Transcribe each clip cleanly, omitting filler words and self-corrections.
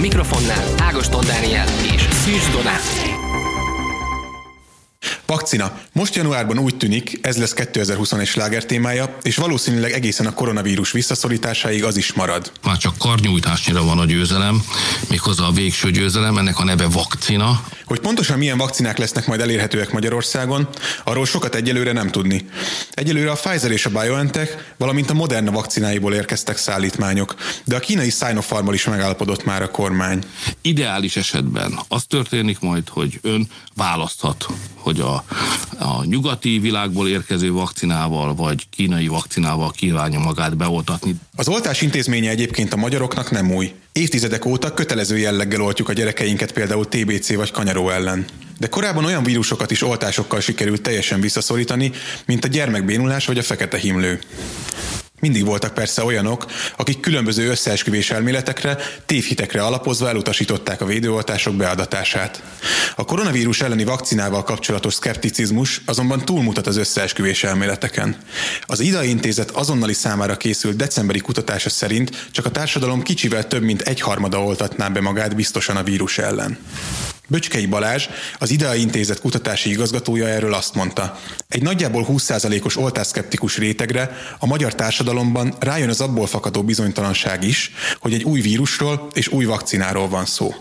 mikrofonnál Ágoston Dániel és Szűcs Donát. Vakcina. Most januárban úgy tűnik, ez lesz 2021 sláger témája, és valószínűleg egészen a koronavírus visszaszorításáig az is marad. Már csak karnyújtásnyira van a győzelem, méghozzá a végső győzelem, ennek a neve vakcina. Hogy pontosan milyen vakcinák lesznek majd elérhetőek Magyarországon, arról sokat egyelőre nem tudni. Egyelőre a Pfizer és a BioNTech, valamint a Moderna vakcináiból érkeztek szállítmányok, de a kínai Sinopharmmal is megállapodott már a kormány. Ideális esetben az történik majd, hogy ön választhat, hogy a nyugati világból érkező vakcinával vagy kínai vakcinával kívánja magát beoltatni. Az oltás intézménye egyébként a magyaroknak nem új. Évtizedek óta kötelező jelleggel oltjuk a gyerekeinket például TBC vagy kanyaró ellen. De korábban olyan vírusokat is oltásokkal sikerült teljesen visszaszorítani, mint a gyermekbénulás vagy a fekete himlő. Mindig voltak persze olyanok, akik különböző összeesküvés elméletekre, tévhitekre alapozva elutasították a védőoltások beadatását. A koronavírus elleni vakcinával kapcsolatos szkepticizmus azonban túlmutat az összeesküvés elméleteken. Az IDA intézet azonnali számára készült decemberi kutatása szerint csak a társadalom kicsivel több mint 1/3 oltatná be magát biztosan a vírus ellen. Böcskei Balázs, az IDEA intézet kutatási igazgatója erről azt mondta: egy nagyjából 20%-os oltásszkeptikus rétegre a magyar társadalomban rájön az abból fakadó bizonytalanság is, hogy egy új vírusról és új vakcináról van szó.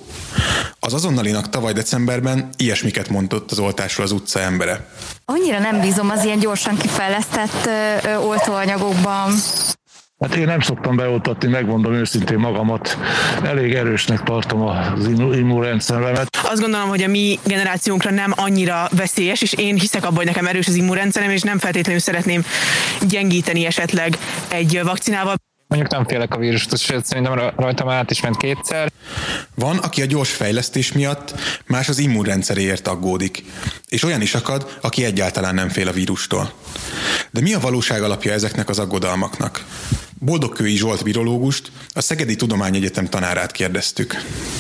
Az azonnalinak tavaly decemberben ilyesmiket mondott az oltásról az utca embere. Annyira nem bízom az ilyen gyorsan kifejlesztett oltóanyagokban. Hát én nem szoktam beoltatni, megmondom őszintén magamat. Elég erősnek tartom az immunrendszeremet. Azt gondolom, hogy a mi generációnkra nem annyira veszélyes, és én hiszek abban, hogy nekem erős az immunrendszerem, és nem feltétlenül szeretném gyengíteni esetleg egy vakcinával. Mondjuk nem félek a vírust, sőt szerintem rajtam át is ment 2-szer. Van, aki a gyors fejlesztés miatt, más az immunrendszeréért aggódik. És olyan is akad, aki egyáltalán nem fél a vírustól. De mi a valóság alapja ezeknek az aggodalmaknak? Boldogkői Zsolt virológust, a Szegedi Tudományegyetem tanárát kérdeztük.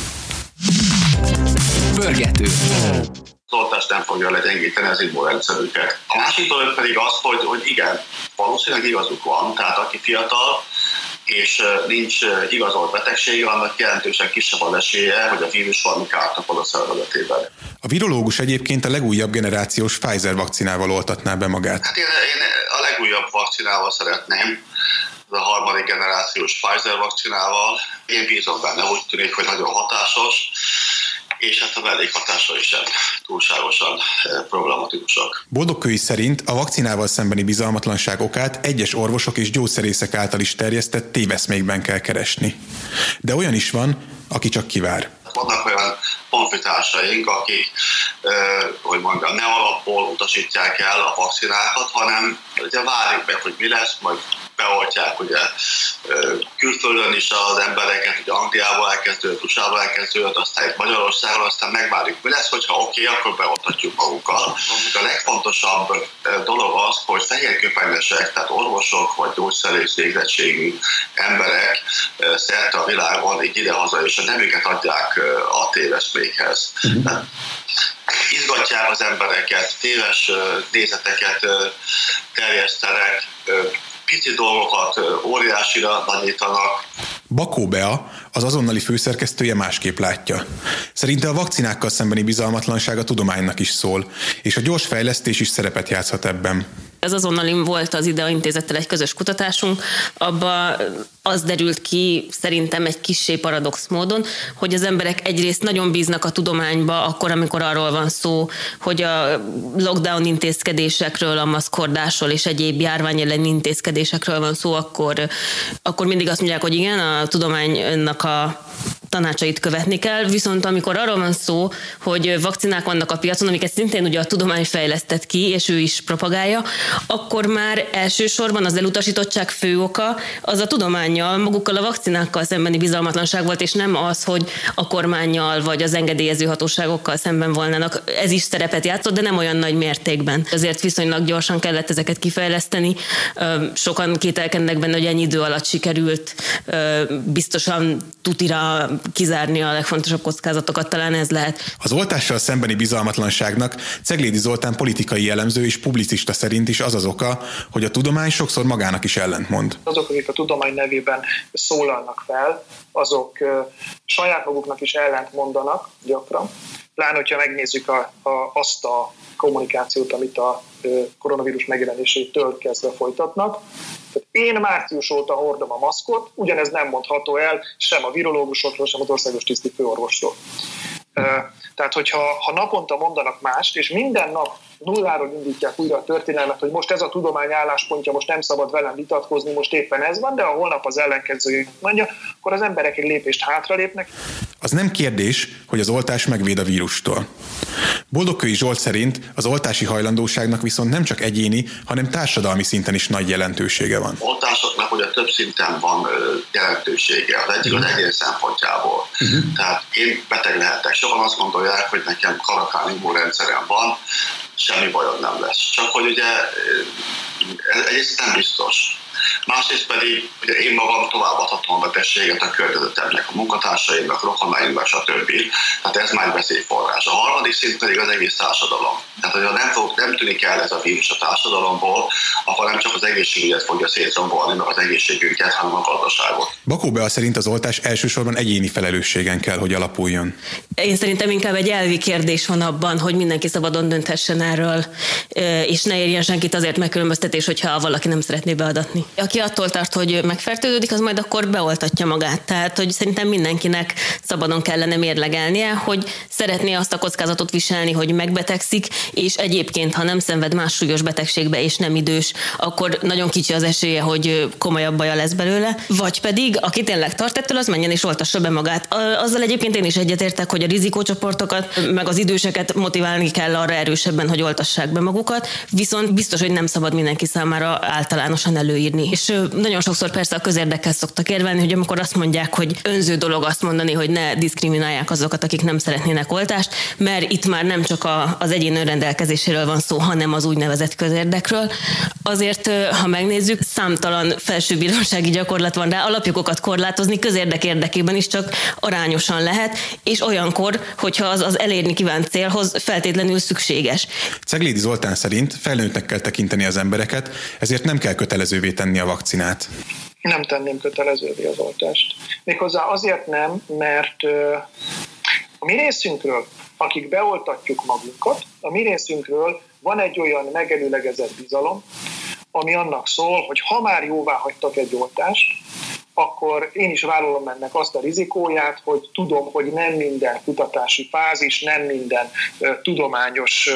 Pörgető. Az oltás nem fogja legyengíteni az immunrendszerüket. A másik dolog pedig az, hogy igen, valószínűleg igazuk van, tehát aki fiatal és nincs igazolt betegsége, annak jelentősen kisebb az esélye, hogy a vírus valami kárt okoz a szervezetében. A virológus egyébként a legújabb generációs Pfizer vakcinával oltatná be magát. Hát én a legújabb vakcinával szeretném, a 3. generációs Pfizer vakcinával. Én bízom benne, úgy tűnik, hogy nagyon hatásos, és hát a mellékhatásai sem túlságosan problematikusak. Boldogkői szerint a vakcinával szembeni bizalmatlanság okát egyes orvosok és gyógyszerészek által is terjesztett téveszmékben kell keresni. De olyan is van, aki csak kivár. Vannak olyan honfitársaink, akik, ne alapból utasítják el a vakcinákat, hanem ugye várjuk meg, hogy mi lesz, majd beoltják ugye külföldön is az embereket, ugye Angliából elkezdődött, USA-ból elkezdődött, aztán itt Magyarországon, aztán megvárjuk, mi lesz, hogyha oké, akkor beoltatjuk magukat. A legfontosabb dolog az, hogy fehérköpenyesek, tehát orvosok vagy gyógyszerész végzettségű emberek szerte a világon így idehaza, és a nemüket adják a téveszmékhez. Izgatják az embereket, téves nézeteket terjesztenek, pici dolgokat óriásira nagyítanak. Bakó Bea, az azonnali főszerkesztője másképp látja. Szerinte a vakcinákkal szembeni bizalmatlanság a tudománynak is szól, és a gyors fejlesztés is szerepet játszhat ebben. Ez azonnali volt az IDEA intézettel egy közös kutatásunk, abba az derült ki szerintem egy kissé paradox módon, hogy az emberek egyrészt nagyon bíznak a tudományba akkor, amikor arról van szó, hogy a lockdown intézkedésekről, a maszkhordásról és egyéb járvány elleni intézkedésekről van szó, akkor mindig azt mondják, hogy igen, a tudománynak a tanácsait követni kell, viszont amikor arról van szó, hogy vakcinák vannak a piacon, amiket szintén ugye a tudomány fejlesztett ki, és ő is propagálja, akkor már elsősorban az elutasítottság fő oka az a tudománnyal, magukkal a vakcinákkal szembeni bizalmatlanság volt, és nem az, hogy a kormánnyal vagy az engedélyező hatóságokkal szemben volnának. Ez is szerepet játszott, de nem olyan nagy mértékben. Azért viszonylag gyorsan kellett ezeket kifejleszteni. Sokan kételkednek benne, hogy ennyi idő alatt sikerült biztosan tutira kizárni a legfontosabb kockázatokat, talán ez lehet. Az oltással szembeni bizalmatlanságnak Ceglédi Zoltán politikai elemző és publicista szerint is az az oka, hogy a tudomány sokszor magának is ellentmond. Azok, akik a tudomány nevében szólalnak fel, azok saját maguknak is ellent mondanak gyakran. Pláne, hogyha megnézzük azt a kommunikációt, amit a koronavírus megjelenésétől kezdve folytatnak. Tehát én március óta hordom a maszkot, ugyanez nem mondható el sem a virológusokról, sem az országos tisztifőorvosról. Tehát, hogyha naponta mondanak mást, és minden nap nulláról indítják újra a történelmet, hogy most ez a tudomány álláspontja, most nem szabad velem vitatkozni, most éppen ez van, de ha holnap az ellenkező mondja, akkor az emberek egy lépést hátralépnek. Az nem kérdés, hogy az oltás megvéd a vírustól. Boldogkői Zsolt szerint az oltási hajlandóságnak viszont nem csak egyéni, hanem társadalmi szinten is nagy jelentősége van. Oltásoknak ugye több szinten van jelentősége, az egyik az egyén szempontjából. Tehát én beteg lehetek. Sokan azt gondolják, hogy nekem karakán immunrendszerem van, semmi bajom nem lesz. Csak hogy ugye egyrészt nem biztos. Másrészt pedig ugye én magam továbbadhatom a betegséget a környezetemnek, a munkatársaimnak, rokonaimnak, stb. Tehát ez már veszélyforrás. A harmadik szint pedig az egész társadalom. Tehát, hogyha nem tűnik el ez a vírus a társadalomból, akkor nem csak az egészségügyet fogja szétrombolni, meg az egészségünket, hanem a gazdaságot. Bakó Bea szerint az oltás elsősorban egyéni felelősségen kell, hogy alapuljon. Én szerintem inkább egy elvi kérdés van abban, hogy mindenki szabadon dönthessen erről, és ne érjen senkit azért megkülönböztetés, hogyha valaki nem szeretné beadatni. Aki attól tart, hogy megfertőződik, az majd akkor beoltatja magát. Tehát, hogy szerintem mindenkinek szabadon kellene mérlegelnie, hogy szeretné azt a kockázatot viselni, hogy megbetegszik, és egyébként, ha nem szenved más súlyos betegségbe, és nem idős, akkor nagyon kicsi az esélye, hogy komolyabb baja lesz belőle. Vagy pedig, aki tényleg tart ettől, az menjen és oltassa be magát. Azzal egyébként én is egyetértek, hogy a rizikócsoportokat, meg az időseket motiválni kell arra erősebben, hogy oltassák be magukat, viszont biztos, hogy nem szabad mindenki számára általánosan előírni. És nagyon sokszor persze a közérdekkel szoktak érvelni, hogy amikor azt mondják, hogy önző dolog azt mondani, hogy ne diszkriminálják azokat, akik nem szeretnének oltást, mert itt már nem csak az egyén önrendelkezéséről van szó, hanem az úgynevezett közérdekről. Azért, ha megnézzük, számtalan felsőbírósági gyakorlat van rá, alapjogokat korlátozni közérdek érdekében is csak arányosan lehet, és olyankor, hogyha az elérni kívánt célhoz feltétlenül szükséges. Ceglédi Zoltán szerint felnőttnek kell tekinteni az embereket, ezért nem kell kötelezővé tenni a vakcinát. Nem tenném kötelezővé az oltást. Méghozzá azért nem, mert a mi részünkről, akik beoltatjuk magunkat, a mi részünkről van egy olyan megelőlegezett bizalom, ami annak szól, hogy ha már jóvá hagytak egy oltást, akkor én is vállalom ennek azt a rizikóját, hogy tudom, hogy nem minden kutatási fázis, nem minden tudományos,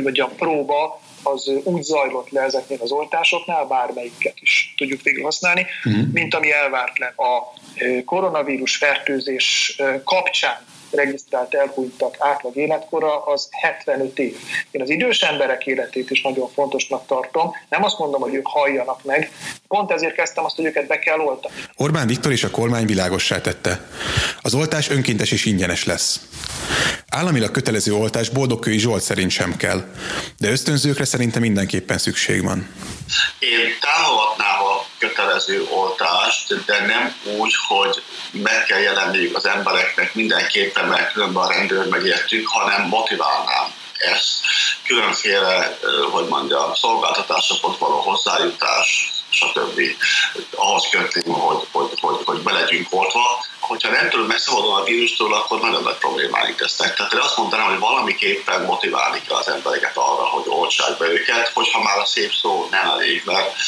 próba az úgy zajlott le ezeknél az oltásoknál, bármelyiket is tudjuk végül használni, mint ami elvárt le. A koronavírus fertőzés kapcsán regisztrált elhunytak átlag életkora az 75 év. Én az idős emberek életét is nagyon fontosnak tartom. Nem azt mondom, hogy ők halljanak meg. Pont ezért kezdtem azt, hogy őket be kell oltani. Orbán Viktor és a kormány világossá tette. Az oltás önkéntes és ingyenes lesz. Államilag kötelező oltás Boldogkői Zsolt szerint sem kell, de ösztönzőkre szerintem mindenképpen szükség van. Én támogatnám a kötelező oltást, de nem úgy, hogy meg kell jelenniük az embereknek mindenképpen, mert különben a rendőr megértünk, hanem motiválnám ezt. Különféle, szolgáltatásokhoz való hozzájutás, stb. Ahhoz kötni, hogy be legyünk oltva. Hogyha nem tudunk megszabadulni a vírustól, akkor nagyon nagy problémáink lesznek. Tehát én azt mondanám, hogy valamiképpen motiválni kell az embereket arra, hogy oltsák be őket, hogyha már a szép szó nem elég,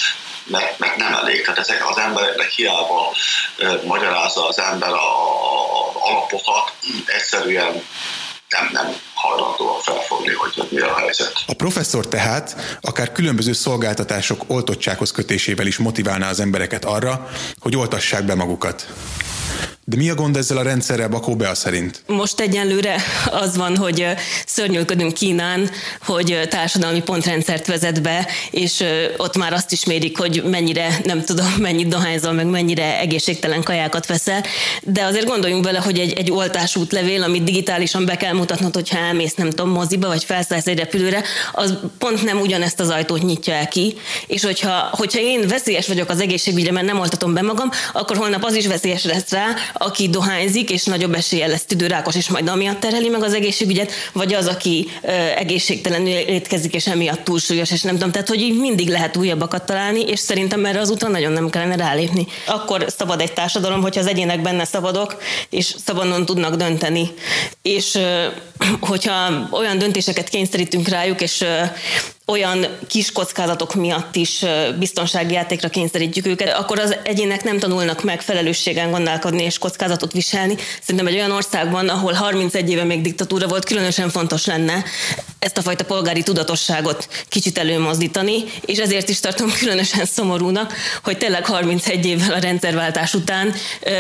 mert nem elég. Tehát ezek az embereknek hiába magyarázza az ember a alapokat, egyszerűen nem hajlandóan felfogni, hogy mi a helyzet. A professzor tehát akár különböző szolgáltatások oltottsághoz kötésével is motiválná az embereket arra, hogy oltassák be magukat. De mi a gond ezzel a rendszerrel Bakó Bea szerint? Most egyenlőre az van, hogy szörnyűködünk Kínán, hogy társadalmi pontrendszert vezet be, és ott már azt is mérik, hogy mennyit dohányzol, meg mennyire egészségtelen kajákat veszel. De azért gondoljunk bele, hogy egy oltásútlevél, amit digitálisan be kell mutatnod, hogyha elmész, moziba, vagy felszállsz egy repülőre, az pont nem ugyanezt az ajtót nyitja el ki. És hogyha én veszélyes vagyok az egészségügyre, mert nem oltatom be magam, akkor holnap az is veszélyes lesz rá, aki dohányzik, és nagyobb eséllyel lesz tüdőrákos, és majd amiatt terheli meg az egészségügyet, vagy az, aki egészségtelenül étkezik, és emiatt túlsúlyos, és nem tudom, tehát hogy mindig lehet újabbakat találni, és szerintem erre az úton nagyon nem kellene rálépni. Akkor szabad egy társadalom, hogyha az egyének benne szabadok, és szabadon tudnak dönteni. És hogyha olyan döntéseket kényszerítünk rájuk, és olyan kis kockázatok miatt is biztonsági játékra kényszerítjük őket, akkor az egyének nem tanulnak meg felelősségen gondolkodni és kockázatot viselni. Szerintem egy olyan országban, ahol 31 éve még diktatúra volt, különösen fontos lenne ezt a fajta polgári tudatosságot kicsit előmozdítani, és ezért is tartom különösen szomorúnak, hogy tényleg 31 évvel a rendszerváltás után,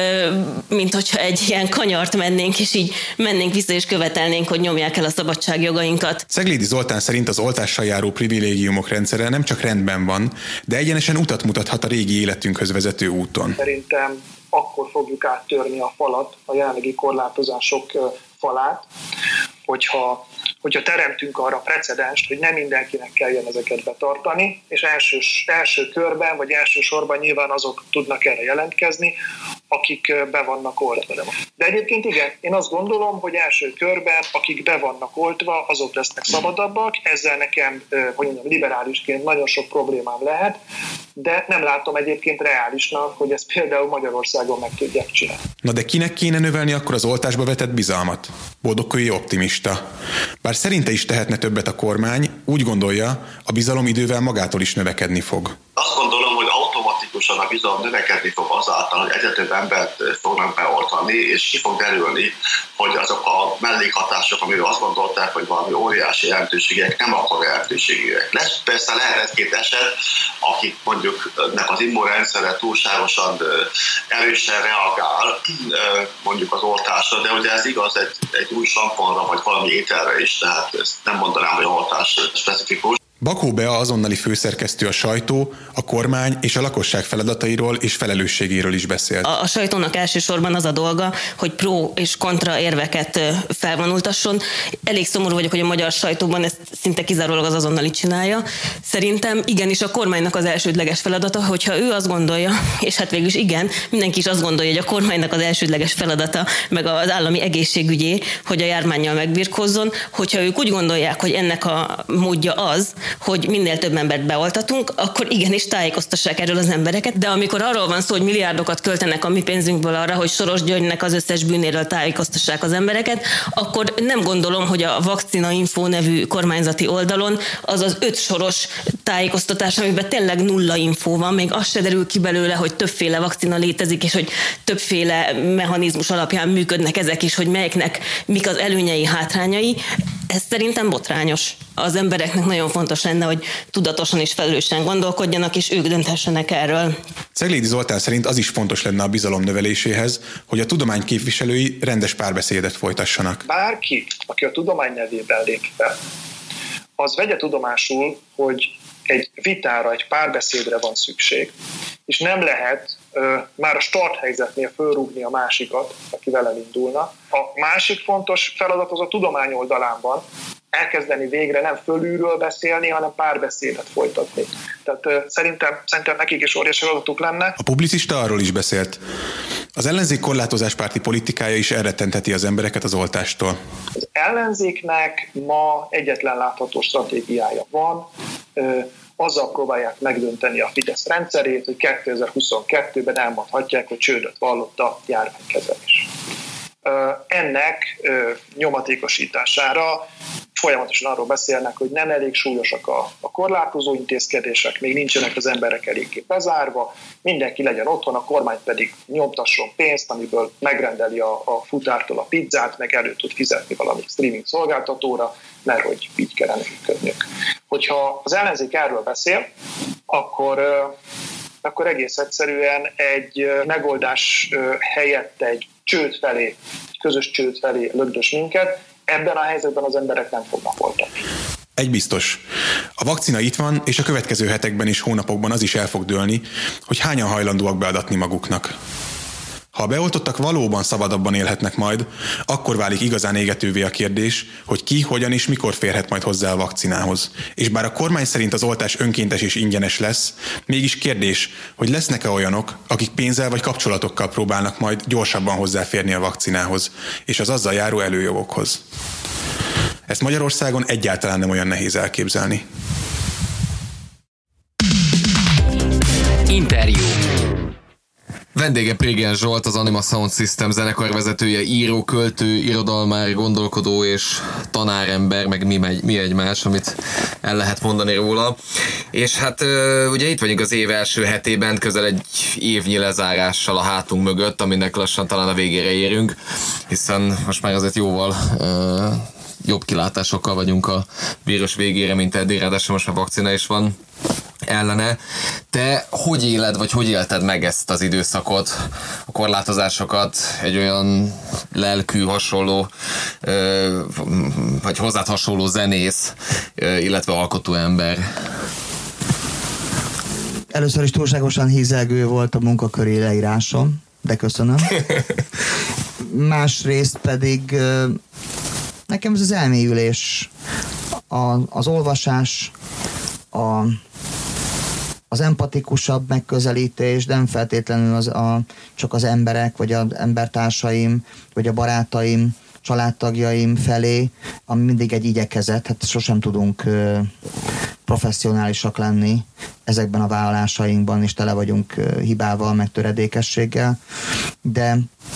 mint hogyha egy ilyen kanyart mennénk, és így mennénk vissza és követelnénk, hogy nyomják el a szabadságjogainkat. Ceglédi Zoltán szerint az oltással járó privilégiumok rendszere nem csak rendben van, de egyenesen utat mutathat a régi életünkhöz vezető úton. Szerintem akkor fogjuk áttörni a falat, a jelenlegi korlátozások falát, hogyha teremtünk arra precedenst, hogy nem mindenkinek kelljen ezeket betartani, és első körben, vagy elsősorban nyilván azok tudnak erre jelentkezni, akik be vannak oltva. De egyébként igen, én azt gondolom, hogy első körben, akik be vannak oltva, azok lesznek szabadabbak, ezzel nekem, hogy mondjam, liberálisként nagyon sok problémám lehet, de nem látom egyébként reálisnak, hogy ezt például Magyarországon meg tudják csinálni. Na de kinek kéne növelni akkor az oltásba vetett bizalmat? Boldogkői optimista. Bár szerinte is tehetne többet a kormány, úgy gondolja, a bizalom idővel magától is növekedni fog. Azt gondolom, hogy automatikusan a bizalom növekedni fog azáltal, hogy egyre több embert fognak beoltani, és ki fog derülni, hogy azok a mellékhatások, amiről azt gondolták, hogy valami óriási jelentőségek, nem akkor jelentőségűek. Lesz persze lehet egy-két eset, akik mondjuk az immunrendszerre túlságosan erősen reagál, mondjuk az oltásra, de ugye ez igaz egy új samponra, vagy valami ételre is, tehát ezt nem mondanám, hogy oltás specifikus. Bakó Bea azonnali főszerkesztő a sajtó, a kormány és a lakosság feladatairól és felelősségéről is beszélt. A sajtónak elsősorban az a dolga, hogy pro és kontra érveket felvonultasson. Elég szomorú vagyok, hogy a magyar sajtóban ezt szinte kizárólag az azonnali csinálja. Szerintem igenis a kormánynak az elsődleges feladata, hogyha ő azt gondolja, és hát végül is igen, mindenki is azt gondolja, hogy a kormánynak az elsődleges feladata, meg az állami egészségügyé, hogy a járvánnyal megbirkózzon, hogyha ők úgy gondolják, hogy ennek a módja az, hogy minél több embert beoltatunk, akkor igenis tájékoztassák erről az embereket, de amikor arról van szó, hogy milliárdokat költenek a mi pénzünkből arra, hogy Soros Györgynek az összes bűnéről tájékoztassák az embereket, akkor nem gondolom, hogy a Vakcina Info nevű kormányzati oldalon az az 5 soros tájékoztatás, amiben tényleg nulla infó van, még az se derül ki belőle, hogy többféle vakcina létezik, és hogy többféle mechanizmus alapján működnek ezek is, hogy melyeknek mik az előnyei, hátrányai. Ez szerintem botrányos. Az embereknek nagyon fontos lenne, hogy tudatosan és felelősen gondolkodjanak, és ők dönthessenek erről. Ceglédi Zoltán szerint az is fontos lenne a bizalom növeléséhez, hogy a tudomány képviselői rendes párbeszédet folytassanak. Bárki, aki a tudomány nevében lép fel, az vegye tudomásul, hogy egy vitára, egy párbeszédre van szükség, és nem lehet már a starthelyzetnél fölrúgni a másikat, aki velem indulna. A másik fontos feladat az a tudomány oldalán van, elkezdeni végre nem fölülről beszélni, hanem párbeszédet folytatni. Tehát szerintem nekik is óriási feladatuk lenne. A publicista arról is beszélt. Az ellenzék korlátozáspárti politikája is elrettenteti az embereket az oltástól. Az ellenzéknek ma egyetlen látható stratégiája van, azzal próbálják megdönteni a Fidesz rendszerét, hogy 2022-ben elmondhatják, hogy csődöt vallott a járványkezelés. Ennek nyomatékosítására folyamatosan arról beszélnek, hogy nem elég súlyosak a korlátozó intézkedések, még nincsenek az emberek eléggé bezárva, mindenki legyen otthon, a kormány pedig nyomtasson pénzt, amiből megrendeli a futártól a pizzát, meg elő tud fizetni valami streaming szolgáltatóra, mert hogy így kellene működniük. Hogyha az ellenzék erről beszél, akkor egész egyszerűen egy megoldás helyett egy közös csőd felé lögdös minket, ebben a helyzetben az emberek nem fognak oltatni. Egy biztos. A vakcina itt van, és a következő hetekben és hónapokban az is el fog dőlni, hogy hányan hajlandóak beadatni maguknak. Ha a beoltottak valóban szabadabban élhetnek majd, akkor válik igazán égetővé a kérdés, hogy ki, hogyan és mikor férhet majd hozzá a vakcinához. És bár a kormány szerint az oltás önkéntes és ingyenes lesz, mégis kérdés, hogy lesznek-e olyanok, akik pénzzel vagy kapcsolatokkal próbálnak majd gyorsabban hozzáférni a vakcinához, és az azzal járó előjogokhoz. Ezt Magyarországon egyáltalán nem olyan nehéz elképzelni. Interjú. Vendége Prégen Zsolt, az Anima Sound System zenekarvezetője, író, költő, irodalmár, gondolkodó és tanárember, meg mi egymás, amit el lehet mondani róla. És hát ugye itt vagyunk az év első hetében, közel egy évnyi lezárással a hátunk mögött, aminek lassan talán a végére érünk, hiszen most már azért jóval jobb kilátásokkal vagyunk a vírus végére, mint eddig, ráadásul most már vakcina is van ellene. Te hogy éled, vagy hogy élted meg ezt az időszakot, a korlátozásokat, egy olyan lelkű hasonló, vagy hozzád hasonló zenész, illetve alkotó ember? Először is túlságosan hízelgő volt a munkaköri leírásom, de köszönöm. Másrészt pedig nekem ez az elmélyülés, az olvasás, az empatikusabb megközelítés, nem feltétlenül csak az emberek, vagy az embertársaim, vagy a barátaim, családtagjaim felé, ami mindig egy igyekezet, hát sosem tudunk professzionálisak lenni ezekben a vállalásainkban, és tele vagyunk hibával, meg töredékességgel, de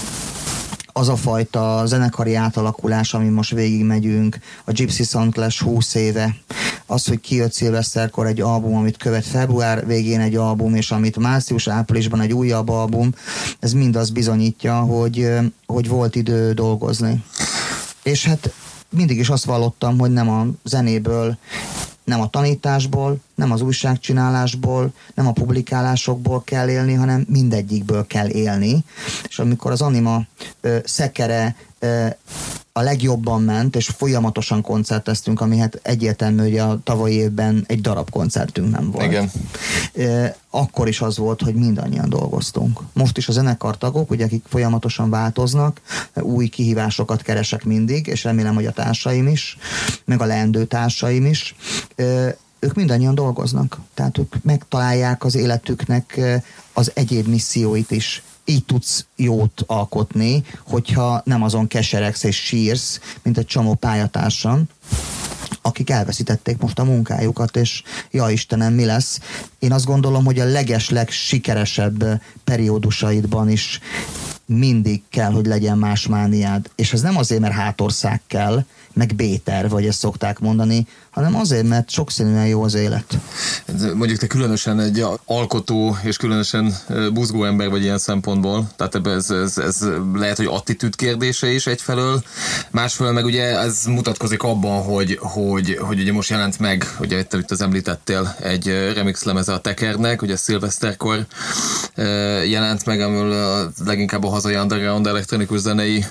az a fajta zenekari átalakulás, ami most végigmegyünk, a Gypsy Sound Clash 20 éve, az, hogy kijött szilveszterkor egy album, amit követ február végén egy album, és amit március-áprilisban egy újabb album, ez mind azt bizonyítja, hogy volt idő dolgozni. És hát mindig is azt vallottam, hogy nem a zenéből, nem a tanításból, nem az újságcsinálásból, nem a publikálásokból kell élni, hanem mindegyikből kell élni. És amikor az Anima szekere a legjobban ment, és folyamatosan koncerteztünk, ami hát egyértelmű, hogy a tavalyi évben egy darab koncertünk nem volt. Igen. Akkor is az volt, hogy mindannyian dolgoztunk. Most is a zenekartagok, ugye, akik folyamatosan változnak, új kihívásokat keresek mindig, és remélem, hogy a társaim is, meg a leendő társaim is, ők mindannyian dolgoznak. Tehát ők megtalálják az életüknek az egyéb misszióit is. Így tudsz jót alkotni, hogyha nem azon keseregsz és sírsz, mint egy csomó pályatársam, akik elveszítették most a munkájukat, és ja Istenem, mi lesz? Én azt gondolom, hogy a leges-legsikeresebb periódusaidban is mindig kell, hogy legyen más mániád. És ez nem azért, mert hátország kell, meg B-terv, vagy ezt szokták mondani, hanem azért, mert sokszínűen jó az élet. Mondjuk te különösen egy alkotó és különösen buzgó ember vagy ilyen szempontból, tehát ez lehet, hogy attitűd kérdése is egyfelől, másfelől meg ugye ez mutatkozik abban, hogy ugye most jelent meg, ugye itt az említettél egy remix lemeze a Tekernek, ugye szilveszterkor jelent meg, amiből leginkább a hazai underground elektronikus zenei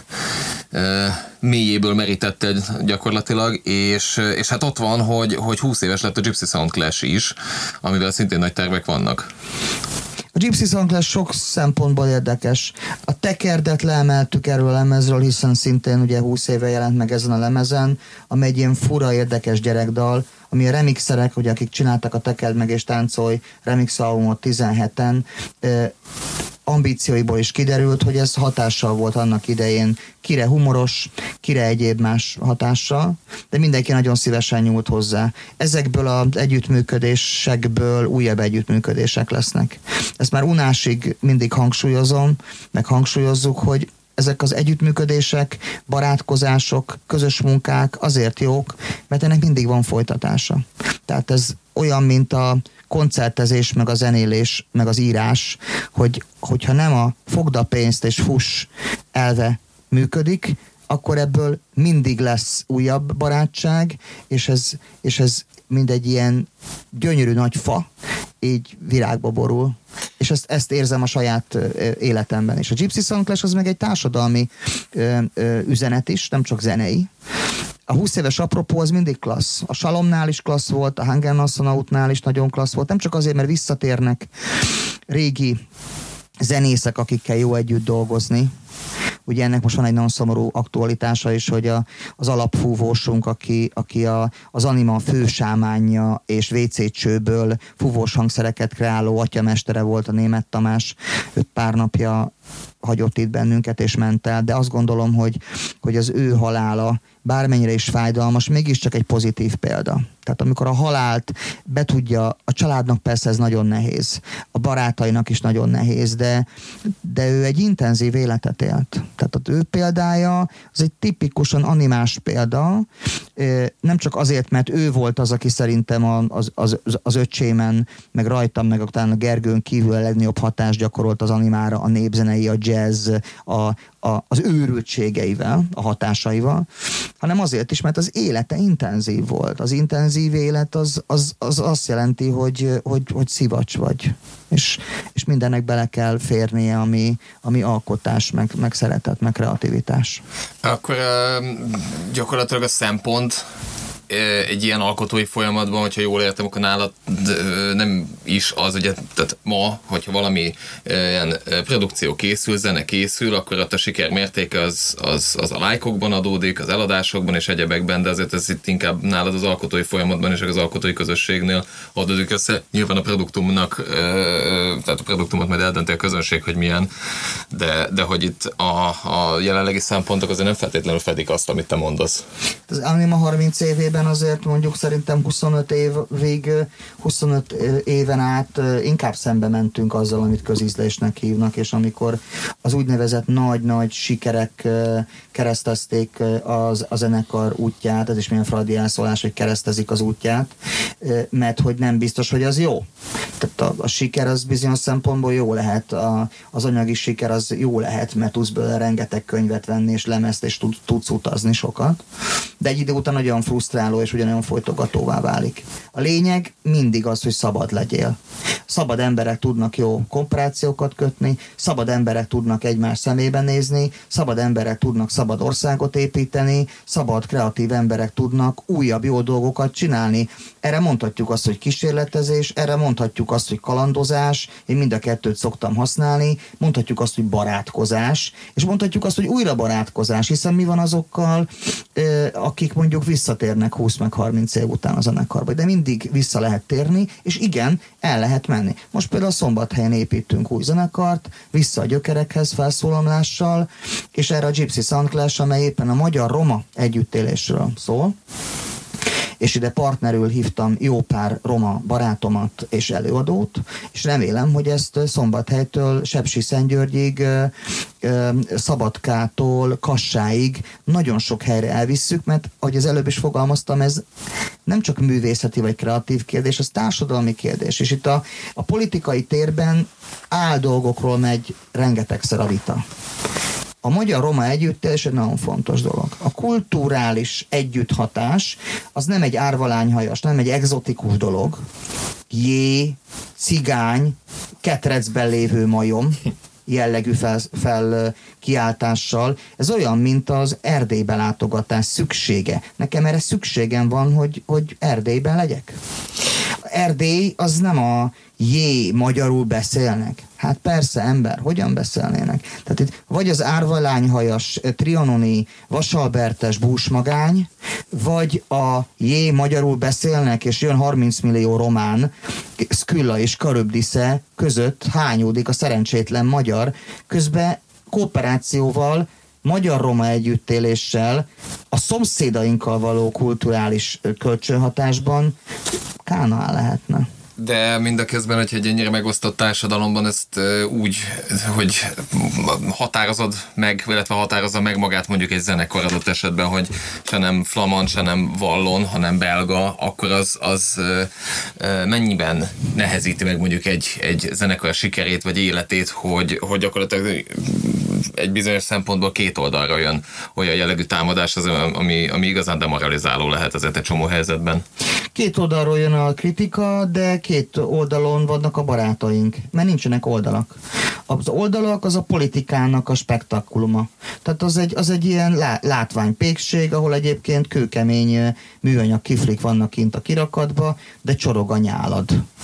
mélyéből merítetted gyakorlatilag, és hát ott van, hogy 20 éves lett a Gypsy Sound Clash is, amivel szintén nagy tervek vannak. A Gypsy Sound Clash sok szempontból érdekes. A Tekerdet leemeltük erről a lemezről, hiszen szintén ugye 20 éve jelent meg ezen a lemezen, ami egy ilyen fura, érdekes gyerekdal, ami a remixerek, ugye, akik csináltak a Tekerd meg és Táncolj remix albumot 17-en, ambícióiból is kiderült, hogy ez hatással volt annak idején, kire humoros, kire egyéb más hatással, de mindenki nagyon szívesen nyúlt hozzá. Ezekből az együttműködésekből újabb együttműködések lesznek. Ezt már unásig mindig hangsúlyozom, meg hangsúlyozzuk, hogy ezek az együttműködések, barátkozások, közös munkák azért jók, mert ennek mindig van folytatása. Tehát ez olyan, mint a koncertezés, meg a zenélés, meg az írás, hogyha nem a fogd a pénzt és fuss elve működik, akkor ebből mindig lesz újabb barátság, és ez mind egy ilyen gyönyörű nagy fa, így virágba borul. És ezt érzem a saját életemben is. A Gypsy Sound Clash az meg egy társadalmi üzenet is, nem csak zenei. A 20 éves apropó az mindig klassz. A Shalomnál is klassz volt, a Hunger Nassonautnál is nagyon klassz volt. Nem csak azért, mert visszatérnek régi zenészek, akikkel jó együtt dolgozni. Ugye ennek most van egy nagyon szomorú aktualitása is, hogy az alapfúvósunk, aki az Anima fősámánja és WC csőből fúvós hangszereket kreáló atyamestere volt, a Németh Tamás, ő pár napja hagyott itt bennünket és ment el, de azt gondolom, hogy az ő halála bármennyire is fájdalmas, mégiscsak egy pozitív példa. Tehát amikor a halált betudja, a családnak persze ez nagyon nehéz, a barátainak is nagyon nehéz, de ő egy intenzív életet élt. Tehát az ő példája az egy tipikusan animás példa, nem csak azért, mert ő volt az, aki szerintem az öcsémen, meg rajtam, meg talán a Gergőn kívül a legnagyobb hatást gyakorolt az animára, a népzenei, a jazz, az őrültségeivel, a hatásaival, hanem azért is, mert az élete intenzív volt. Az intenzív élet az azt jelenti, hogy szivacs vagy. És mindennek bele kell férnie, ami alkotás, meg szeretet, meg kreativitás. Akkor gyakorlatilag a szempont egy ilyen alkotói folyamatban, hogyha jól értem, akkor nálad nem is az, ugye, tehát ma, hogyha valami ilyen produkció készül, zene készül, akkor ott a siker mértéke az a lájkokban adódik, az eladásokban és egyebekben, de azért ez itt inkább nálad az alkotói folyamatban és az alkotói közösségnél adódik össze. Nyilván a produktumnak, tehát a produktumot majd eldönti a közönség, hogy milyen, de hogy itt a jelenlegi szempontok azért nem feltétlenül fedik azt, amit te mondasz. Az Anima 30 évében azért mondjuk szerintem 25 éven át inkább szembe mentünk azzal, amit közízlésnek hívnak, és amikor az úgynevezett nagy-nagy sikerek keresztezték a zenekar útját, ez is milyen freudi elszólás, hogy keresztezik az útját, mert hogy nem biztos, hogy az jó. Tehát a siker az bizonyos szempontból jó lehet, az anyagi siker az jó lehet, mert tudsz belőle rengeteg könyvet venni, és lemezt, és tudsz utazni sokat, de egy idő után nagyon frusztráló, és ugyanolyan folytogatóvá válik. A lényeg mindig az, hogy szabad legyél. Szabad emberek tudnak jó komparációkat kötni, szabad emberek tudnak egymás szemébe nézni, szabad emberek tudnak szabad országot építeni, szabad kreatív emberek tudnak újabb jó dolgokat csinálni. Erre mondhatjuk azt, hogy kísérletezés, erre mondhatjuk azt, hogy kalandozás, én mind a kettőt szoktam használni, mondhatjuk azt, hogy barátkozás, és mondhatjuk azt, hogy újra barátkozás, hiszen mi van azokkal, akik mondjuk visszatérnek 20 meg 30 év után a zenekarba, de mindig vissza lehet térni, és igen, el lehet menni. Most például Szombathelyen építünk új zenekart, vissza a gyökerekhez felszólalással, és erre a Gypsy Sound Clash, amely éppen a magyar-roma együttélésről szól, és ide partnerül hívtam jó pár roma barátomat és előadót, és remélem, hogy ezt Szombathelytől Sepsiszentgyörgyig, Szabadkától Kassáig nagyon sok helyre elvisszük, mert ahogy az előbb is fogalmaztam, ez nem csak művészeti vagy kreatív kérdés, ez társadalmi kérdés, és itt a politikai térben áldolgokról megy rengetegszer a vita. A magyar-roma együttélés egy nagyon fontos dolog. A kulturális együtthatás az nem egy árvalányhajas, nem egy egzotikus dolog. Jé, cigány, ketrecben lévő majom jellegű kiáltással. Ez olyan, mint az Erdélybe látogatás szüksége. Nekem erre szükségem van, hogy Erdélyben legyek. Erdély az nem a magyarul beszélnek. Hát persze, ember, hogyan beszélnének? Tehát itt vagy az árvalányhajas, trianoni, vasalbertes búsmagány, vagy a magyarul beszélnek, és jön 30 millió román, Szkülla és Karöbdisze között hányódik a szerencsétlen magyar, közben kooperációval, magyar-roma együttéléssel, a szomszédainkkal való kulturális kölcsönhatásban Kánaán lehetne. De mindeközben, hogyha egy ennyire megosztott társadalomban ezt úgy, hogy határozod meg, illetve határozza meg magát mondjuk egy zenekar adott esetben, hogy se nem flamand, se nem vallon, hanem belga, akkor az mennyiben nehezíti meg mondjuk egy zenekar sikerét vagy életét, hogy gyakorlatilag egy bizonyos szempontból két oldalra jön olyan jellegű támadás, az, ami igazán demoralizáló lehet ezért egy csomó helyzetben. Két oldalról jön a kritika, de két oldalon vannak a barátaink, mert nincsenek oldalak. Az oldalak az a politikának a spektakuluma. Tehát az egy ilyen látványpékség, ahol egyébként kőkemény műanyag kiflik vannak kint a kirakatba, de csorog a nyálad.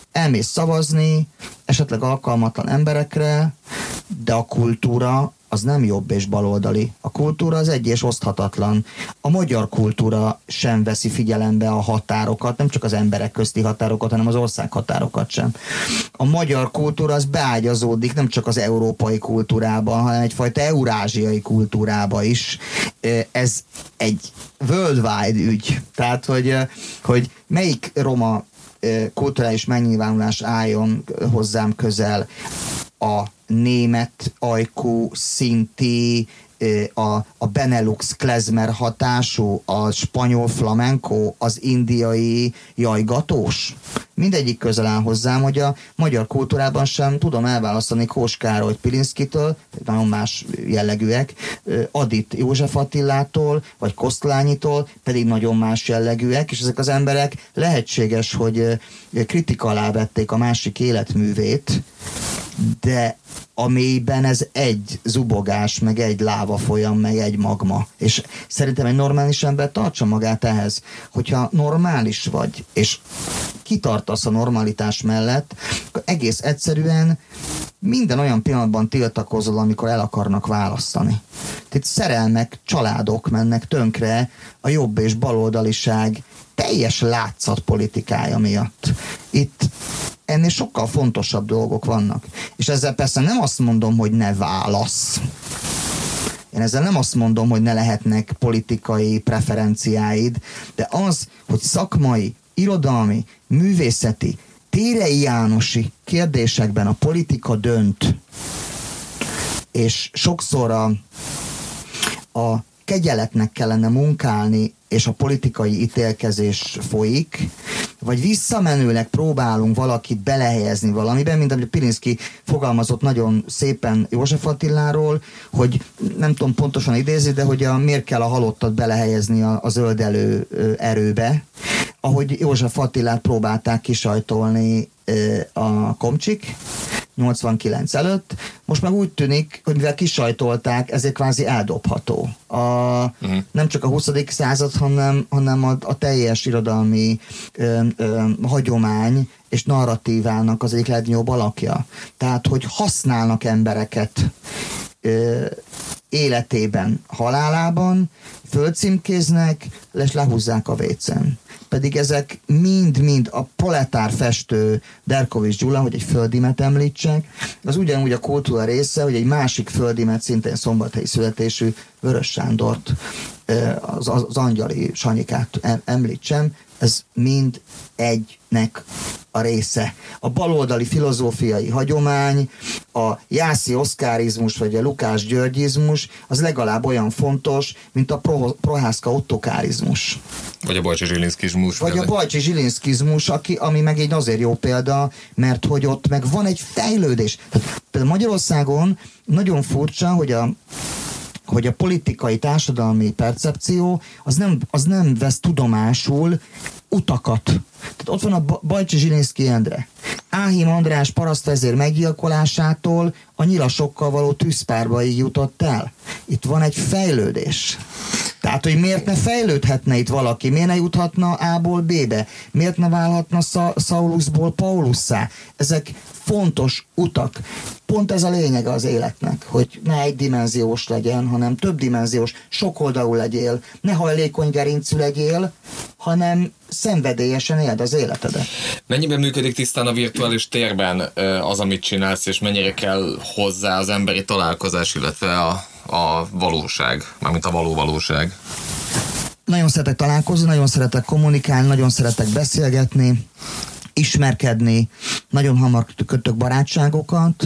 elmész szavazni, esetleg alkalmatlan emberekre, de a kultúra az nem jobb és baloldali. A kultúra az egy és oszthatatlan. A magyar kultúra sem veszi figyelembe a határokat, nem csak az emberek közti határokat, hanem az ország határokat sem. A magyar kultúra az beágyazódik nem csak az európai kultúrába, hanem egyfajta eurázsiai kultúrába is. Ez egy worldwide ügy. Tehát, hogy melyik roma kulturális megnyilvánulás álljon hozzám közel, a német ajkú, szinti, a Benelux klezmer hatású, a spanyol flamenco, az indiai jajgatós. Mindegyik közel áll hozzám, hogy a magyar kultúrában sem tudom elválasztani Kós Károlyt Pilinszkitől, nagyon más jellegűek, Adit József Attilától, vagy Kosztolányitól, pedig nagyon más jellegűek, és ezek az emberek lehetséges, hogy kritika alá vették a másik életművét, de a mélyben ez egy zubogás, meg egy láva folyam, meg egy magma. És szerintem egy normális ember tartsa magát ehhez. Hogyha normális vagy, és kitartasz a normalitás mellett, akkor egész egyszerűen minden olyan pillanatban tiltakozol, amikor el akarnak választani. Tehát szerelmek, családok mennek tönkre a jobb és baloldaliság teljes látszatpolitikája miatt. Itt ennél sokkal fontosabb dolgok vannak. És ezzel persze nem azt mondom, hogy ne válasz. Én ezzel nem azt mondom, hogy ne lehetnek politikai preferenciáid, de az, hogy szakmai, irodalmi, művészeti, Térei Jánosi kérdésekben a politika dönt, és sokszor a kegyeletnek kellene munkálni, és a politikai ítélkezés folyik, vagy visszamenőleg próbálunk valakit belehelyezni valamiben, mint amit Pilinszky fogalmazott nagyon szépen József Attiláról, hogy nem tudom pontosan idézni, de hogy miért kell a halottat belehelyezni a zöldelő erőbe, ahogy József Attilát próbálták kisajtolni a komcsik 89 előtt, most meg úgy tűnik, hogy mivel kisajtolták, ezért kvázi eldobható. Nem csak a 20. század, hanem a teljes irodalmi hagyomány és narratívának az egyik legnagyobb alakja. Tehát, hogy használnak embereket életében, halálában, földcímkéznek, és lehúzzák a vécén. Pedig ezek mind-mind a proletár festő Derkovich Gyula, hogy egy földimet említsek, az ugyanúgy a kultúra része, hogy egy másik földimet, szintén szombathelyi születésű Vörös Sándort, az Angyali Sanyikát említsem, ez mind egynek a része. A baloldali filozófiai hagyomány, a Jászi oszkárizmus vagy a Lukás györgyizmus az legalább olyan fontos, mint a Prohászka ottokárizmus. Vagy a Bajcsi Zsilinszkizmus. Vagy a Bajcsi Zsilinszkizmus, ami meg egy azért jó példa, mert hogy ott meg van egy fejlődés. Tehát például Magyarországon nagyon furcsa, hogy a politikai, társadalmi percepció az nem vesz tudomásul utakat. Tehát ott van a Bajcsi Zsilinszky Endre. Áhim András parasztvezér meggyilkolásától a nyilasokkal való tűzpárbaig jutott el. Itt van egy fejlődés. Tehát, hogy miért ne fejlődhetne itt valaki? Miért ne juthatna A-ból B-be? Miért ne válhatna Saulusból Paulusszá? Ezek fontos utak. Pont ez a lényege az életnek, hogy ne egydimenziós legyen, hanem többdimenziós, sokoldalú legyél, ne hajlékony gerincű legyél, hanem szenvedélyesen éld az életedet. Mennyiben működik tisztán a virtuális térben az, amit csinálsz, és mennyire kell hozzá az emberi találkozás, illetve a valóság, mármint a valóság? Nagyon szeretek találkozni, nagyon szeretek kommunikálni, nagyon szeretek beszélgetni, ismerkedni, nagyon hamar kötök barátságokat,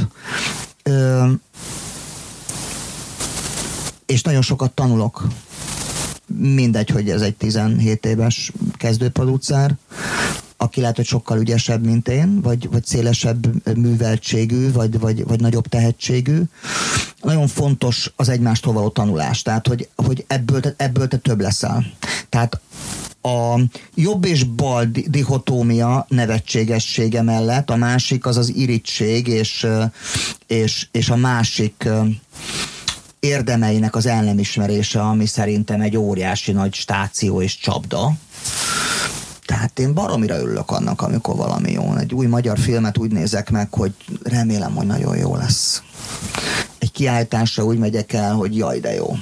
és nagyon sokat tanulok. Mindegy, hogy ez egy 17 éves kezdőproducer, aki lehet, hogy sokkal ügyesebb, mint én, vagy szélesebb műveltségű, vagy nagyobb tehetségű. Nagyon fontos az egymástól való tanulás, tehát hogy ebből te több leszel. Tehát a jobb és bal dichotómia nevetségessége mellett a másik az irigység és a másik érdemeinek az el nem ismerése, ami szerintem egy óriási nagy stáció és csapda. Tehát Hát én baromira örülök annak, amikor valami jó. Egy új magyar filmet úgy nézek meg, hogy remélem, hogy nagyon jó lesz. Egy kiállításra úgy megyek el, hogy jaj, de jó.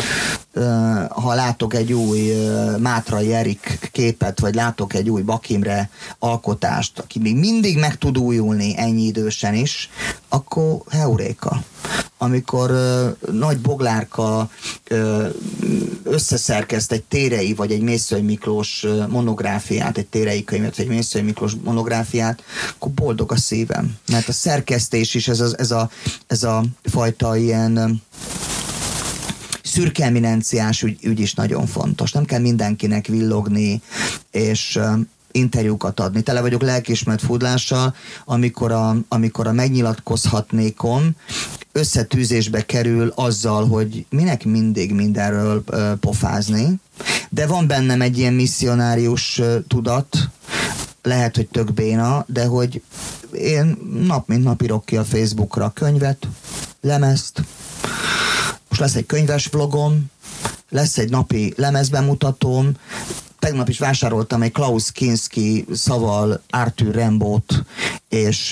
Ha látok egy új Mátrai Erik képet, vagy látok egy új Bak Imre alkotást, aki még mindig meg tud újulni ennyi idősen is, akkor heuréka. Amikor Nagy Boglárka összeszerkeszt egy Térei vagy egy Mészöly Miklós monográfiát, egy Térei könyvet, vagy egy Mészöly Miklós monográfiát, akkor boldog a szívem. Mert a szerkesztés is ez a fajta ilyen szürke eminenciás ügy is nagyon fontos. Nem kell mindenkinek villogni, és interjúkat adni. Tele vagyok lelkiismert furdlással, amikor a megnyilatkozhatnékom összetűzésbe kerül azzal, hogy minek mindig mindenről pofázni, de van bennem egy ilyen misszionárius tudat, lehet, hogy tök béna, de hogy én nap mint nap írok ki a Facebookra könyvet, lemezt, most lesz egy könyves vlogom, lesz egy napi lemezbemutatóm, tegnap is vásároltam egy Klaus Kinski szaval Arthur Rimbaud és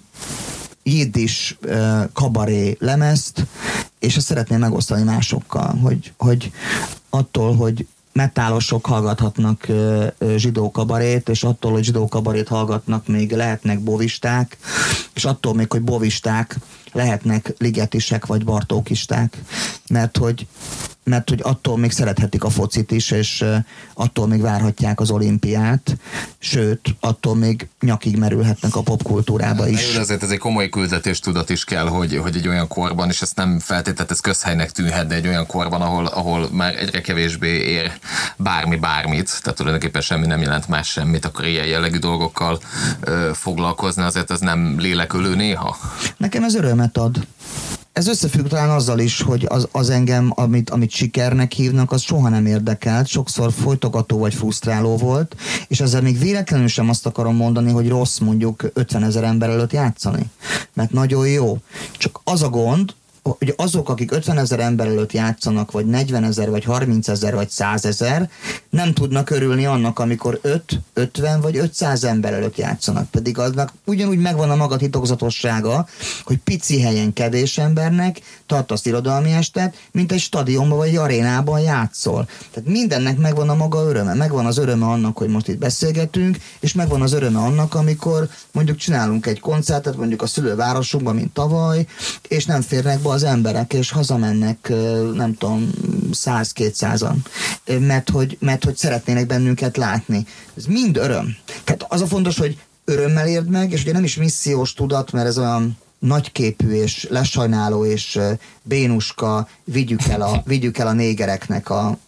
jiddisch kabaré lemezt, és ezt szeretném megosztani másokkal, hogy attól, hogy metálosok hallgathatnak zsidó kabarét, és attól, hogy zsidó kabarét hallgatnak, még lehetnek bovisták, és attól még, hogy bovisták lehetnek ligetisek vagy bartókisták, mert hogy attól még szerethetik a focit is, és attól még várhatják az olimpiát, sőt, attól még nyakig merülhetnek a popkultúrába is. De azért ez egy komoly küldetéstudat is kell, hogy egy olyan korban, és ezt nem feltétlenül ez közhelynek tűnhet, de egy olyan korban, ahol már egyre kevésbé ér bármit, tehát tulajdonképpen semmi nem jelent más semmit, akkor ilyen jellegű dolgokkal foglalkozni, azért ez nem lélekölő néha? Nekem ez örömet ad. Ez összefügg talán azzal is, hogy az engem, amit sikernek hívnak, az soha nem érdekelt, sokszor folytogató vagy frusztráló volt, és ezzel még véletlenül sem azt akarom mondani, hogy rossz mondjuk 50 000 ember előtt játszani, mert nagyon jó. Csak az a gond, hogy azok, akik 50 000 ember előtt játszanak, vagy 40 000, vagy 30 000, vagy 100 000, nem tudnak örülni annak, amikor 5, 50 vagy 500 ember előtt játszanak. Pedig aznak ugyanúgy megvan a maga titokzatossága, hogy pici helyen kevés embernek tartasz irodalmi estet, mint egy stadionban vagy egy arénában játszol. Tehát mindennek megvan a maga öröme. Megvan az öröme annak, hogy most itt beszélgetünk, és megvan az öröme annak, amikor mondjuk csinálunk egy koncertet, mondjuk a szülővárosunkban, mint tavaly, és nem férnek be az emberek, és hazamennek, nem tudom, 100-200-an, mert hogy szeretnének bennünket látni. Ez mind öröm. Tehát az a fontos, hogy örömmel érd meg, és ugye nem is missziós tudat, mert ez olyan nagyképű és lesajnáló és bénuska, vigyük el a négereknek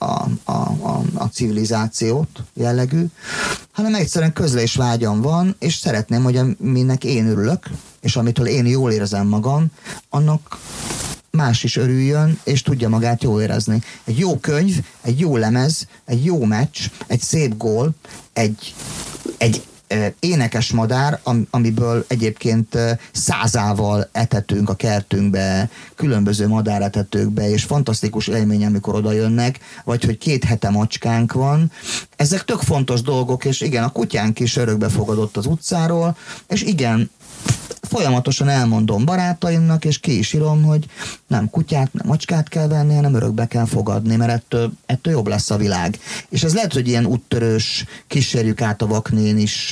a civilizációt jellegű, hanem egyszerűen közlésvágyam van, és szeretném, hogy aminek én örülök, és amitől én jól érzem magam, annak más is örüljön, és tudja magát jól érezni. Egy jó könyv, egy jó lemez, egy jó meccs, egy szép gól, egy énekes madár, amiből egyébként 100-ával etetünk a kertünkbe, különböző madáretetőkbe, és fantasztikus élmény, amikor oda jönnek, vagy hogy 2 hete macskánk van. Ezek tök fontos dolgok, és igen, a kutyánk is örökbe fogadott az utcáról, és igen, folyamatosan elmondom barátaimnak, és ki is írom, hogy nem kutyát, nem macskát kell venni, hanem örökbe kell fogadni, mert ettől jobb lesz a világ. És ez lehet, hogy ilyen úttörős, kísérjük át a vaknén is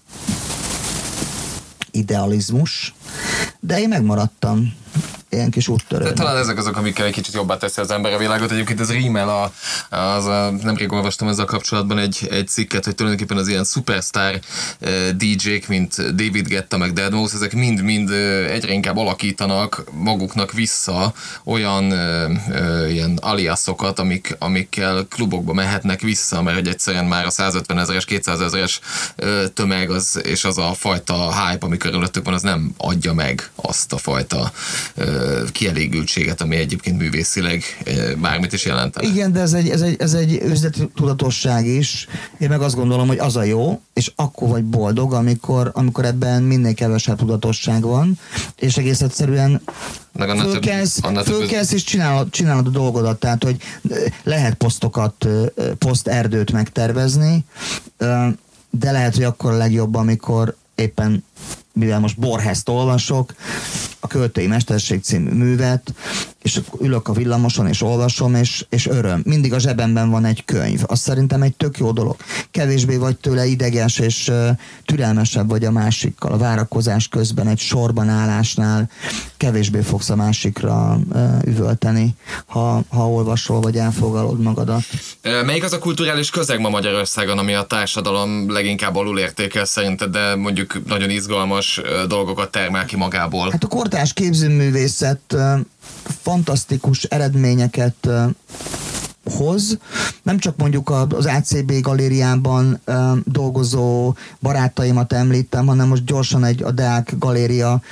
idealizmus, de én megmaradtam ilyen kis úttörő. Talán ezek azok, amikkel egy kicsit jobbá teszi az ember a világot. Egyébként ez rímel nemrég olvastam ezzel kapcsolatban egy cikket, hogy tulajdonképpen az ilyen szupersztár DJ-k, mint David Guetta, meg Deadmau5, ezek mind egyre inkább alakítanak maguknak vissza olyan ilyen aliasokat, amikkel klubokba mehetnek vissza, mert hogy egyszerűen már a 150 000-es, 200 000-es tömeg és az a fajta hype, ami körülöttük van, az nem adja meg azt a fajta kielégültséget, ami egyébként művészileg bármit is jelentene. Igen, de ez egy üzleti tudatosság is. Én meg azt gondolom, hogy az a jó, és akkor vagy boldog, amikor ebben minél kevesebb tudatosság van, és egész egyszerűen fölkelsz és csinálod a dolgodat, tehát, hogy lehet poszterdőt megtervezni, de lehet, hogy akkor a legjobb, amikor éppen, mivel most Borgest olvasok, a Költői Mesterség című művet, és ülök a villamoson, és olvasom, és öröm. Mindig a zsebemben van egy könyv. Azt szerintem egy tök jó dolog. Kevésbé vagy tőle ideges, és türelmesebb vagy a másikkal. A várakozás közben, egy sorban állásnál kevésbé fogsz a másikra üvölteni, ha olvasol, vagy elfogalod magadat. Melyik az a kulturális közeg ma Magyarországon, ami a társadalom leginkább alulértékel szerinted, de mondjuk nagyon izgalmas dolgokat termel ki magából? Hát a kortárs képzőművészet fantasztikus eredményeket hoz. Nem csak mondjuk az ACB galériában dolgozó barátaimat említem, hanem most gyorsan a Deák galéria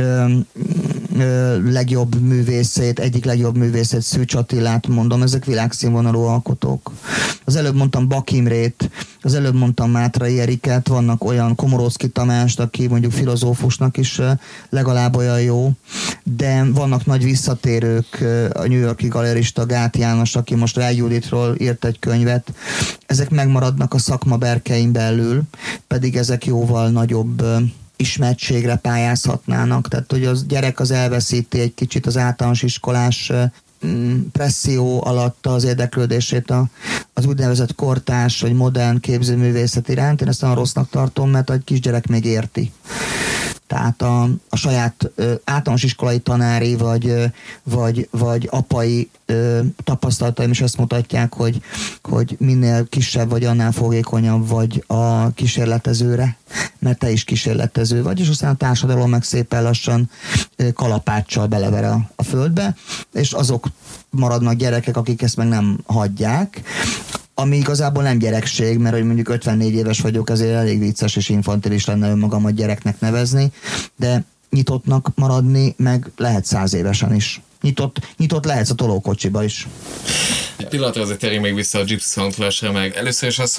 legjobb művészét, egyik legjobb művészét, Szűcs Attilát mondom, ezek világszínvonalú alkotók. Az előbb mondtam Bak Imrét, az előbb mondtam Mátrai Eriket, vannak olyan Komorowski Tamást, aki mondjuk filozófusnak is legalább olyan jó, de vannak nagy visszatérők, a New York-i galerista Gát János, aki most Ráj Juditról írt egy könyvet. Ezek megmaradnak a szakma berkein belül, pedig ezek jóval nagyobb ismertségre pályázhatnának. Tehát, hogy az gyerek az elveszíti egy kicsit az általános iskolás presszió alatt az érdeklődését az úgynevezett kortárs vagy modern képzőművészet iránt. Én ezt nagyon rossznak tartom, mert egy kisgyerek még érti. Tehát a saját általános iskolai tanári vagy apai tapasztalataim is azt mutatják, hogy minél kisebb vagy, annál fogékonyabb vagy a kísérletezőre, mert te is kísérletező vagy, és aztán a társadalom meg szépen lassan kalapáccsal belever a földbe, és azok maradnak gyerekek, akik ezt meg nem hagyják, ami igazából nem gyerekség, mert hogy mondjuk 54 éves vagyok, ezért elég vicces és infantilis lenne önmagamat gyereknek nevezni, de nyitottnak maradni meg lehet 100 évesen is. Nyitott lehetsz a tolókocsiba is. Egy pillanatra azért térjünk még vissza a Gypsy Sound Clash-re, meg először is az,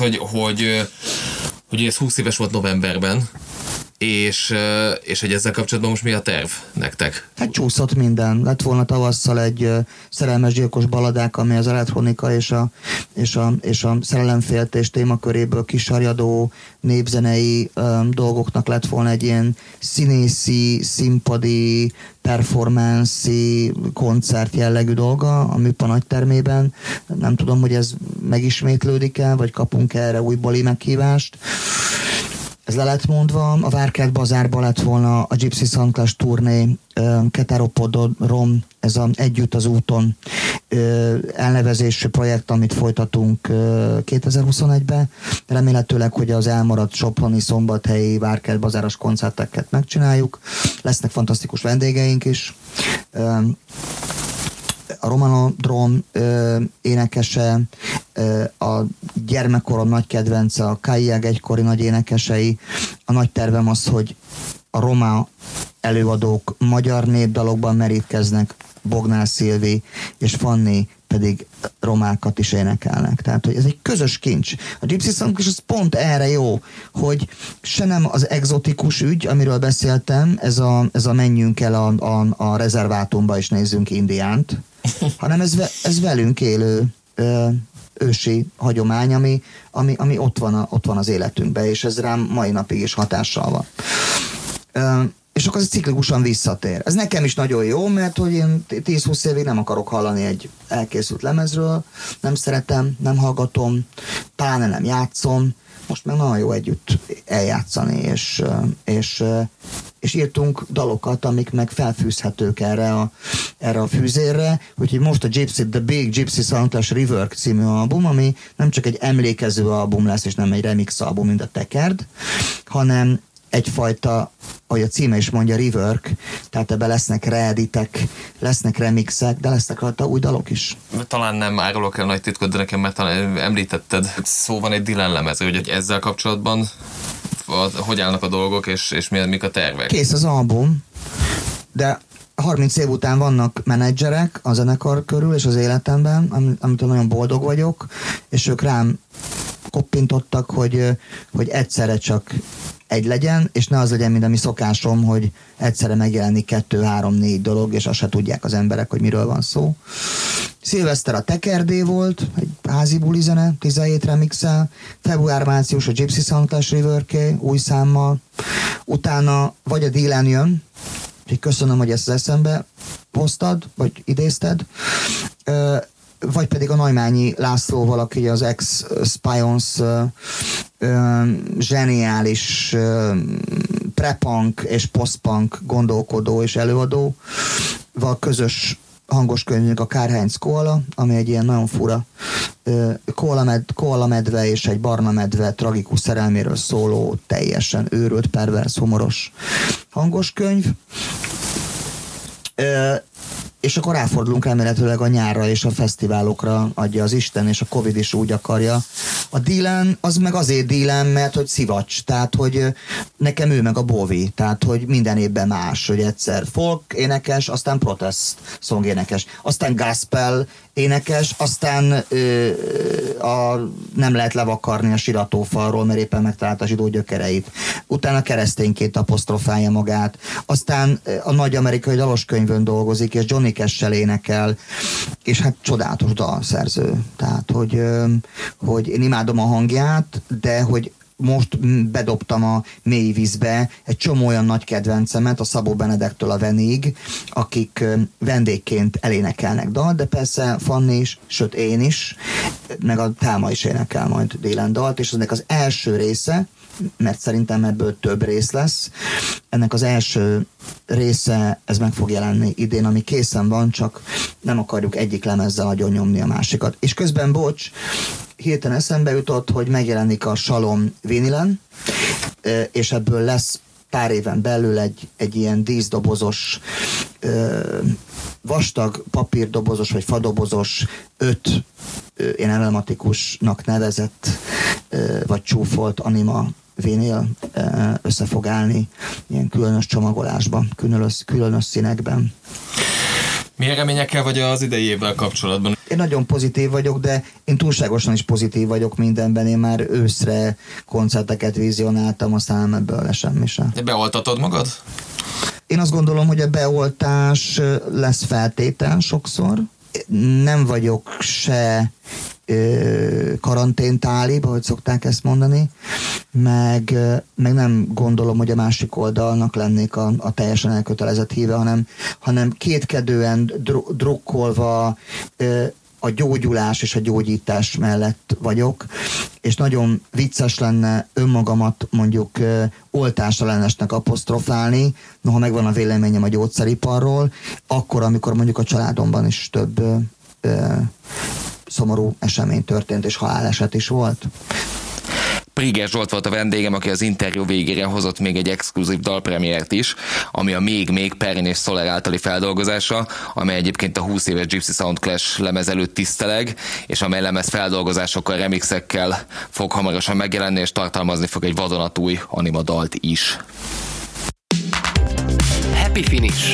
hogy ez 20 éves volt novemberben, és hogy ezzel kapcsolatban most mi a terv nektek? Hát csúszott minden. Lett volna tavasszal egy szerelmes gyilkos baladák, ami az elektronika és a szerelemféltés témaköréből kisarjadó népzenei dolgoknak lett volna egy ilyen színészi, színpadi, performance-i, koncert jellegű dolga a Műpa nagytermében. Nem tudom, hogy ez megismétlődik-e, vagy kapunk erre újbóli meghívást. Ez le lett mondva, a Várkert Bazárban lett volna a Gypsy Sound Clash turné, Keteropodrom, ez Együtt az úton elnevezésű projekt, amit folytatunk 2021-ben. Remélhetőleg, hogy az elmaradt soproni, szombathelyi, Várkert Bazáros koncerteket megcsináljuk. Lesznek fantasztikus vendégeink is. A Romanodrom énekese, a gyermekkorom nagy kedvence, a Kajjeg egykori nagy énekesei. A nagy tervem az, hogy a roma előadók magyar népdalokban merítkeznek, Bognár Szilvi és Fanni pedig romákat is énekelnek. Tehát, hogy ez egy közös kincs. A Gypsy Sound Clash az pont erre jó, hogy se nem az egzotikus ügy, amiről beszéltem, ez a menjünk el a rezervátumba és nézzünk indiánt, hanem ez velünk élő ősi hagyomány, ami ott van az életünkben, és ez rám mai napig is hatással van. És akkor ez ciklikusan visszatér. Ez nekem is nagyon jó, mert hogy én 10-20 évig nem akarok hallani egy elkészült lemezről, nem szeretem, nem hallgatom, pláne nem játszom, most meg nagyon jó együtt eljátszani, és írtunk dalokat, amik meg felfűzhetők erre a fűzérre, úgyhogy most a The Big Gypsy Sound Clash Rework című album, ami nem csak egy emlékező album lesz, és nem egy remix album, mint a Tekerd, hanem egyfajta, ahogy a címe is mondja, rework, tehát ebben lesznek reeditek, lesznek remixek, de lesznek rajta új dalok is. Talán nem árulok el nagy titkot, de nekem már talán említetted, szó van egy Dylan lemez, hogy ezzel kapcsolatban hogy állnak a dolgok, és mik a tervek? Kész az album, de 30 év után vannak menedzserek a zenekar körül és az életemben, amitől nagyon boldog vagyok, és ők rám koppintottak, hogy egyszerre csak egy legyen, és ne az legyen, mint ami szokásom, hogy egyszerre megjelenik 2, 3, 4 dolog, és azt se tudják az emberek, hogy miről van szó. Szilveszter a Tekerdé volt, egy házi buli zene, 17 remixel, február-március a Gypsy Sound Clash River Kay új számmal, utána vagy a Dylan jön, úgyhogy köszönöm, hogy ezt az eszembe hoztad, vagy idézted, vagy pedig a Naimányi Lászlóval, aki az ex-Spions zseniális prepunk és postpunk gondolkodó és előadóval közös hangos könyvünk a Karl-Heinz Koala, ami egy ilyen nagyon fura koala medve és egy barna medve tragikus szerelméről szóló, teljesen őrült, pervers, humoros hangos könyv. És akkor ráfordulunk remélhetőleg a nyárra és a fesztiválokra, adja az Isten, és a Covid is úgy akarja. A Dylan, az meg azért Dylan, mert hogy szivacs, tehát hogy nekem ő meg a Bowie, tehát hogy minden évben más, hogy egyszer folk énekes, aztán protest song énekes, aztán gospel énekes, aztán nem lehet levakarni a siratófalról, mert éppen megtalálta a zsidó gyökereit. Utána keresztényként apostrofálja magát, aztán a nagy amerikai daloskönyvön dolgozik, és Johnny Cash-sel énekel, és hát csodálatos dalszerző. Tehát, hogy én imádom a hangját, de hogy most bedobtam a mély vízbe egy csomó olyan nagy kedvencemet, a Szabó Benedektől a Venig, akik vendégként elénekelnek dalt, de persze Fanni is, sőt én is, meg a Tálma is énekel majd Dylan dalt, és ennek az első része, mert szerintem ebből több rész lesz. Ennek az első része, ez meg fog jelenni idén, ami készen van, csak nem akarjuk egyik lemezzel nagyon nyomni a másikat. És közben, bocs, hirtelen eszembe jutott, hogy megjelenik a Shalom vinilen, és ebből lesz pár éven belül egy ilyen díszdobozos, vastag papírdobozos, vagy fadobozos, 5 én emblematikusnak nevezett, vagy csúfolt anima vinil össze fog állni ilyen különös csomagolásban, különös színekben. Milyen reményekkel vagy az idei évvel kapcsolatban? Én nagyon pozitív vagyok, de én túlságosan is pozitív vagyok mindenben. Én már őszre koncerteket vizionáltam, aztán nem ebből le semmi sem. De beoltatod magad? Én azt gondolom, hogy a beoltás lesz feltétel sokszor. Nem vagyok se karanténtálib, ahogy szokták ezt mondani, meg nem gondolom, hogy a másik oldalnak lennék a teljesen elkötelezett híve, hanem kétkedően drukkolva a gyógyulás és a gyógyítás mellett vagyok, és nagyon vicces lenne önmagamat mondjuk oltásellenesnek apostrofálni, noha megvan a véleményem a gyógyszeriparról, akkor, amikor mondjuk a családomban is több szomorú esemény történt, és haláleset is volt. Priger Zsolt volt a vendégem, aki az interjú végére hozott még egy exkluzív dalpremiért is, ami a Még Perrin és Soler általi feldolgozása, amely egyébként a 20 éves Gypsy Sound Clash lemez előtt tiszteleg, és amely lemez feldolgozásokkal, remixekkel fog hamarosan megjelenni, és tartalmazni fog egy vadonatúj anima dalt is. Happy Finish.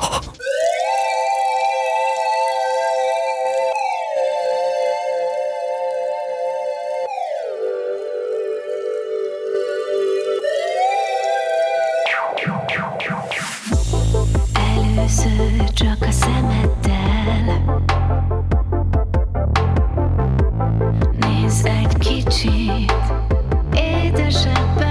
Először csak a szemeddel nézz egy kicsit édesebben.